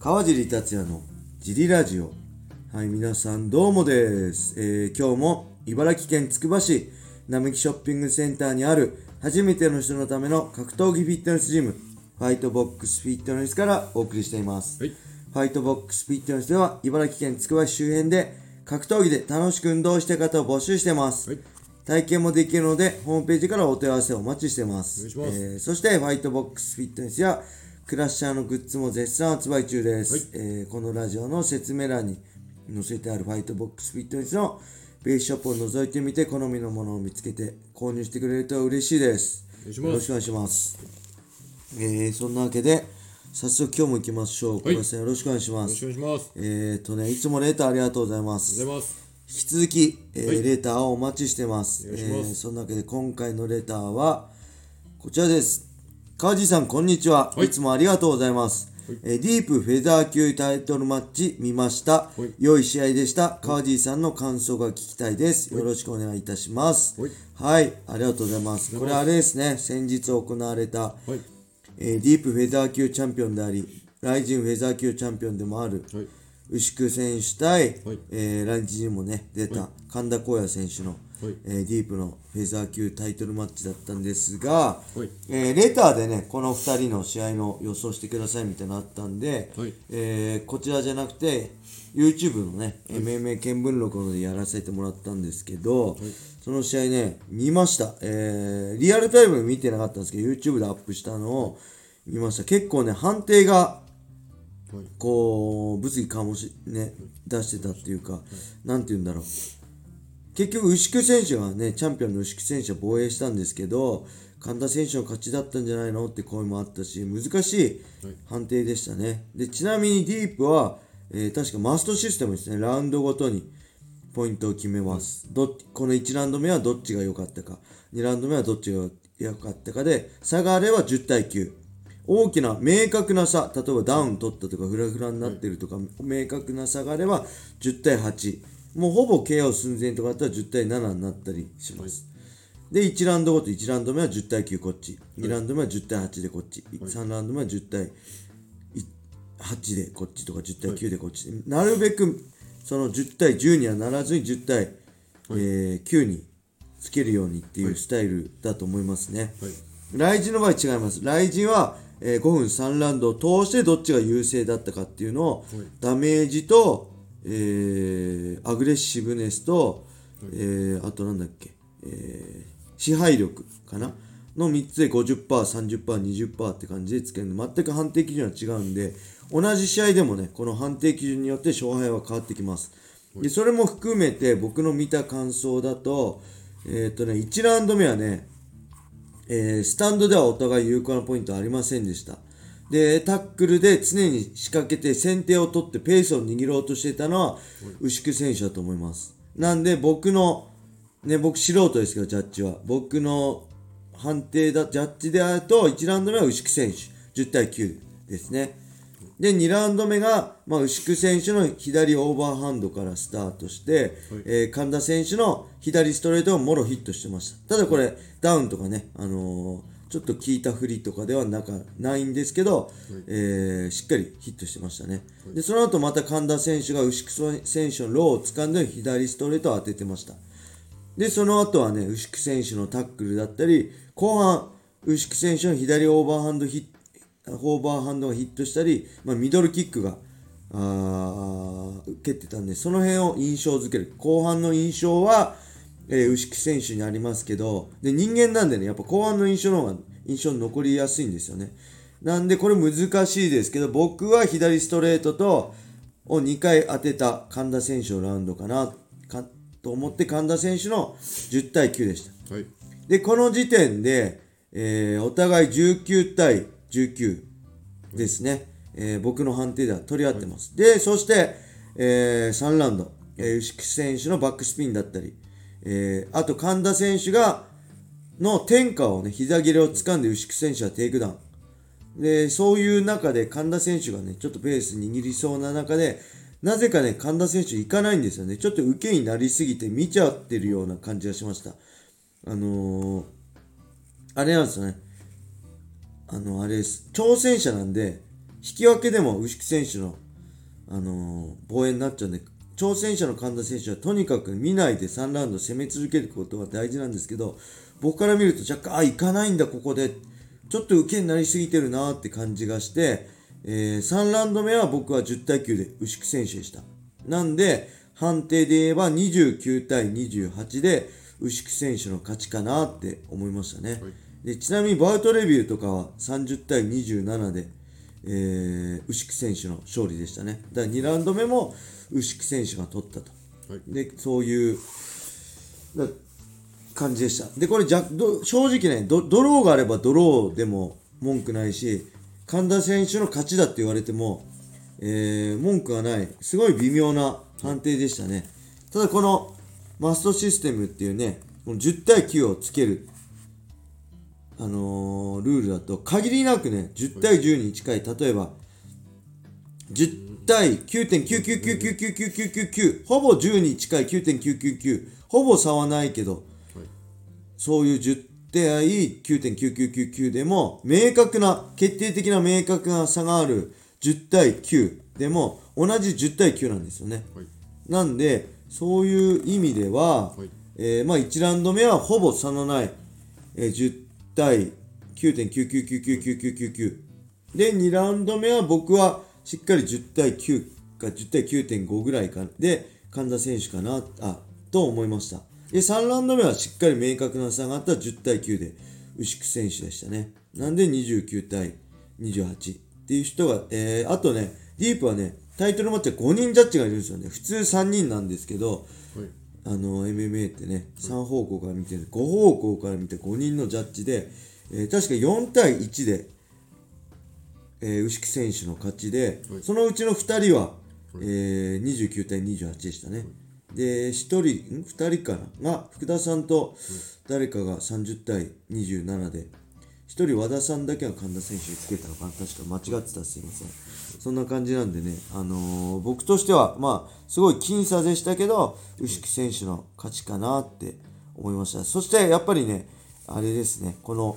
川尻達也のジリラジオ。はい、皆さんどうもです。今日も茨城県つくば市並木ショッピングセンターにある初めての人のための格闘技フィットネスジム、ファイトボックスフィットネスからお送りしています。 はい、 ファイトボックスフィットネスでは茨城県つくば市周辺で格闘技で楽しく運動したい方を募集しています。 はい、 体験もできるのでホームページからお問い合わせをお待ちしています。 お願いします。 そしてファイトボックスフィットネスやクラッシャーのグッズも絶賛発売中です。このラジオの説明欄に載せてあるファイトボックスフィットネスのベースショップを覗いてみて好みのものを見つけて購入してくれると嬉しいです。よろしくお願いします。そんなわけで早速今日も行きましょう。小林さんよろしくお願いします。 よろしくお願いします。 いつもレターありがとうございます。 ありがとうございます。 引き続き、レターをお待ちしてます。 お願いします。 そんなわけで今回のレターはこちらです。川地さんこんにちは、いつもありがとうございます。ディープフェザー級タイトルマッチ見ました。良い試合でした。川地さんの感想が聞きたいです。よろしくお願いいたします。はい、ありがとうございます。これあれですね、先日行われた、ディープフェザー級チャンピオンでありライジンフェザー級チャンピオンでもある、牛久選手対、ライジンにもね出た神田光也選手の、ディープのフェザー級タイトルマッチだったんですが、レターでねこの2人の試合の予想してくださいみたいなのあったんで、こちらじゃなくて YouTube のね、MMA 見聞録のでやらせてもらったんですけど、その試合ね見ました。リアルタイム見てなかったんですけど YouTube でアップしたのを見ました。結構ね判定がこう物議かもしね出してたっていうか、なんて言うんだろう、結局牛久選手がねチャンピオンの牛久選手は防衛したんですけど神田選手の勝ちだったんじゃないのって声もあったし難しい判定でしたね。でちなみにディープは、確かマストシステムですね。ラウンドごとにポイントを決めます。この1ラウンド目はどっちが良かったか、2ラウンド目はどっちが良かったかで差があれば10対9、大きな明確な差、例えばダウン取ったとかフラフラになってるとか、明確な差があれば10対8、もうほぼ KO 寸前とかだったら10対7になったりします。で1ラウンドごと1ラウンド目は10対9こっち、2ラウンド目は10対8でこっち、3ラウンド目は10対8でこっちとか10対9でこっち、なるべくその10対10にはならずに10対、9につけるようにっていうスタイルだと思いますね。ライジンの場合違います。ライジンは5分3ラウンドを通してどっちが優勢だったかっていうのを、ダメージと、アグレッシブネスと、あとなんだっけ、支配力かなの3つで 50%、30%、20% って感じでつけるの。全く判定基準は違うんで、同じ試合でもねこの判定基準によって勝敗は変わってきます。でそれも含めて僕の見た感想だと1ラウンド目はねスタンドではお互い有効なポイントはありませんでした。でタックルで常に仕掛けて先手を取ってペースを握ろうとしていたのは牛久選手だと思います。なんで僕素人ですけどジャッジは僕の判定ジャッジであると1ラウンド目は牛久選手10対9ですね。で2ラウンド目が、牛久選手の左オーバーハンドからスタートして、神田選手の左ストレートをもろヒットしてました。ただこれダウンとかね、ちょっと効いた振りとかではないんですけど、しっかりヒットしてましたね。でその後また神田選手が牛久選手のローを掴んで左ストレートを当ててました。でその後はね牛久選手のタックルだったり後半牛久選手の左オーバーハンドがヒットしたり、ミドルキックが受けてたんでその辺を印象づける。後半の印象は、牛久選手にありますけど、で人間なんでねやっぱ後半の印象の方が印象に残りやすいんですよね。なんでこれ難しいですけど僕は左ストレートを2回当てた神田選手のラウンドかなと思って神田選手の10対9でした。でこの時点で、お互い19対19ですね。僕の判定では取り合ってます。でそして、3ラウンド、牛久選手のバックスピンだったり、あと神田選手の天下をね膝切れを掴んで牛久選手はテイクダウンで、そういう中で神田選手がねちょっとペース握りそうな中でなぜかね神田選手行かないんですよね。ちょっと受けになりすぎて見ちゃってるような感じがしました。あれなんですよね。あれです。挑戦者なんで引き分けでも牛久選手の、防衛になっちゃうんで、挑戦者の神田選手はとにかく見ないで3ラウンド攻め続けることが大事なんですけど、僕から見ると若干、行かないんだここで、ちょっと受けになりすぎてるなって感じがして、3ラウンド目は僕は10対9で牛久選手でした。なんで、判定で言えば29対28で牛久選手の勝ちかなって思いましたね。でちなみにバウトレビューとかは30対27で、牛久選手の勝利でしたね。だから2ラウンド目も牛久選手が取ったと。で、そういう感じでした。で、これ正直ね、ドローがあればドローでも文句ないし、神田選手の勝ちだって言われても、文句はない。すごい微妙な判定でしたね。ただこのマストシステムっていうね、この10対9をつける、ルールだと限りなくね、10対10に近い、例えば、10対 9.999999999、ほぼ10に近い 9.999、ほぼ差はないけど、そういう10対 9.9999 でも、決定的な明確な差がある10対9でも、同じ10対9なんですよね。なんで、そういう意味では、1ラウンド目はほぼ差のない、10対 9.9999999 で、2ラウンド目は僕はしっかり10対9か10対 9.5 ぐらいかで、神田選手かな、と思いました。で、3ラウンド目はしっかり明確な差があった10対9で、牛久選手でしたね。なんで29対28っていう人が、あとね、ディープはね、タイトルマッチは5人ジャッジがいるんですよね。普通3人なんですけど、MMA ってね、3方向から見て、5方向から見て5人のジャッジで、確か4対1で、牛久選手の勝ちで、そのうちの2人は、29対28でしたね。で、2人かなが、福田さんと誰かが30対27で、1人和田さんだけが神田選手につけたのかな、確か間違ってた、すいません。そんな感じなんでね、僕としては、すごい僅差でしたけど、牛久選手の勝ちかなって思いました。そしてやっぱりね、あれですね、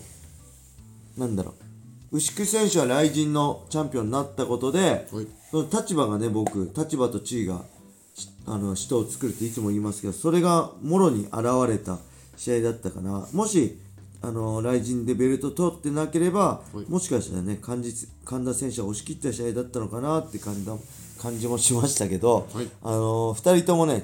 牛久選手はライジンのチャンピオンになったことで、その立場がね、立場と地位が、人を作るっていつも言いますけど、それがもろに現れた試合だったかな。もし、ライジンでベルト取ってなければ、もしかしたらね、神田選手は押し切った試合だったのかなって感じもしましたけど、2人ともね、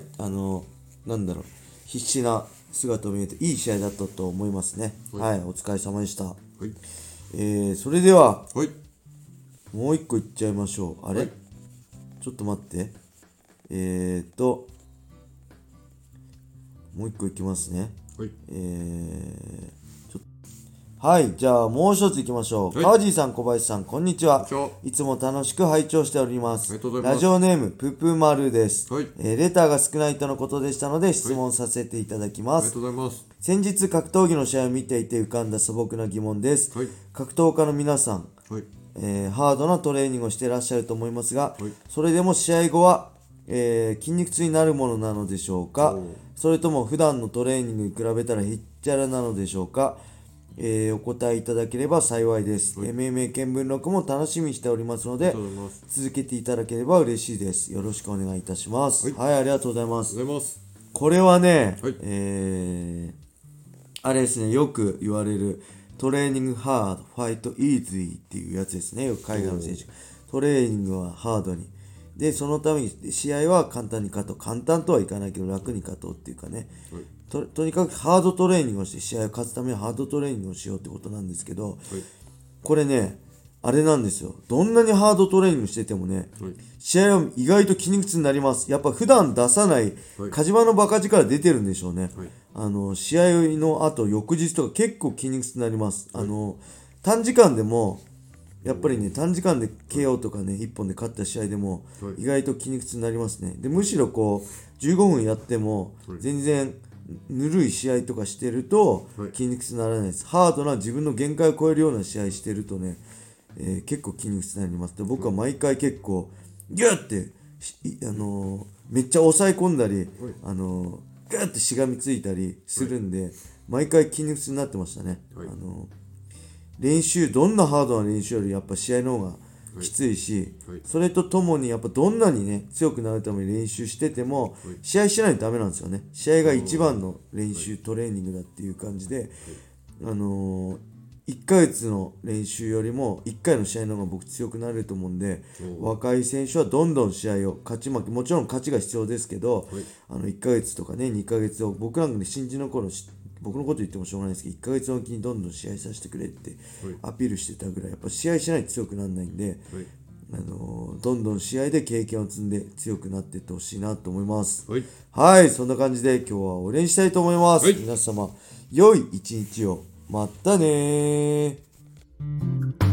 必死な姿を見えていい試合だったと思いますね。はい、お疲れ様でした。それでは、もう一個いっちゃいましょう。あれ、ちょっと待って。もう一個いきますね。はい、じゃあもう一ついきましょう。川地さん、小林さん、こんにちは。いつも楽しく拝聴しております。ラジオネーム、ぷぷまるです。レターが少ないとのことでしたので、質問させていただきます。先日、格闘技の試合を見ていて浮かんだ素朴な疑問です。格闘家の皆さん、ハードなトレーニングをしていらっしゃると思いますが、それでも試合後は、筋肉痛になるものなのでしょうか。それとも普段のトレーニングに比べたらへっちゃらなのでしょうか。お答えいただければ幸いです。MMA 見聞録も楽しみにしておりますので、続けていただければ嬉しいです。よろしくお願いいたします。はい、ありがとうございます。これはね、あれですね、よく言われるトレーニングハード、ファイトイージーっていうやつですね。よく海外の選手。トレーニングはハードに。で、そのために試合は簡単に勝とう。簡単とはいかないけど楽に勝とうっていうかね。とにかくハードトレーニングをして試合を勝つためにハードトレーニングをしようってことなんですけど、これね、あれなんですよ。どんなにハードトレーニングしててもね、試合は意外と筋肉痛になります。やっぱ普段出さない火事場のバカ力出てるんでしょうね。試合の後、翌日とか結構筋肉痛になります。短時間でも、やっぱりね、短時間で KO とかね、1本で勝った試合でも、意外と筋肉痛になりますね。で、むしろ15分やっても、全然、ぬるい試合とかしてると筋肉痛にならないです。ハードな自分の限界を超えるような試合してるとね、結構筋肉痛になります。で、僕は毎回結構ギュッてめっちゃ抑え込んだり、ギュッてしがみついたりするんで、毎回筋肉痛になってましたね。どんなハードな練習よりやっぱ試合の方がきついし、 はい、 それとともにやっぱどんなにね強くなるために練習してても、試合しないとダメなんですよね。試合が一番の練習、トレーニングだっていう感じで、1ヶ月の練習よりも1回の試合の方が僕強くなれると思うんで、若い選手はどんどん試合を勝ち負け、もちろん勝ちが必要ですけど、1ヶ月とかね2ヶ月を、僕なんかね新人の頃僕のこと言ってもしょうがないですけど、1ヶ月おきにどんどん試合させてくれってアピールしてたぐらい、やっぱ試合しないと強くならないんで、どんどん試合で経験を積んで強くなっていってほしいなと思います。はい、そんな感じで今日は終わりにしたいと思います。皆様良い一日を。またねー。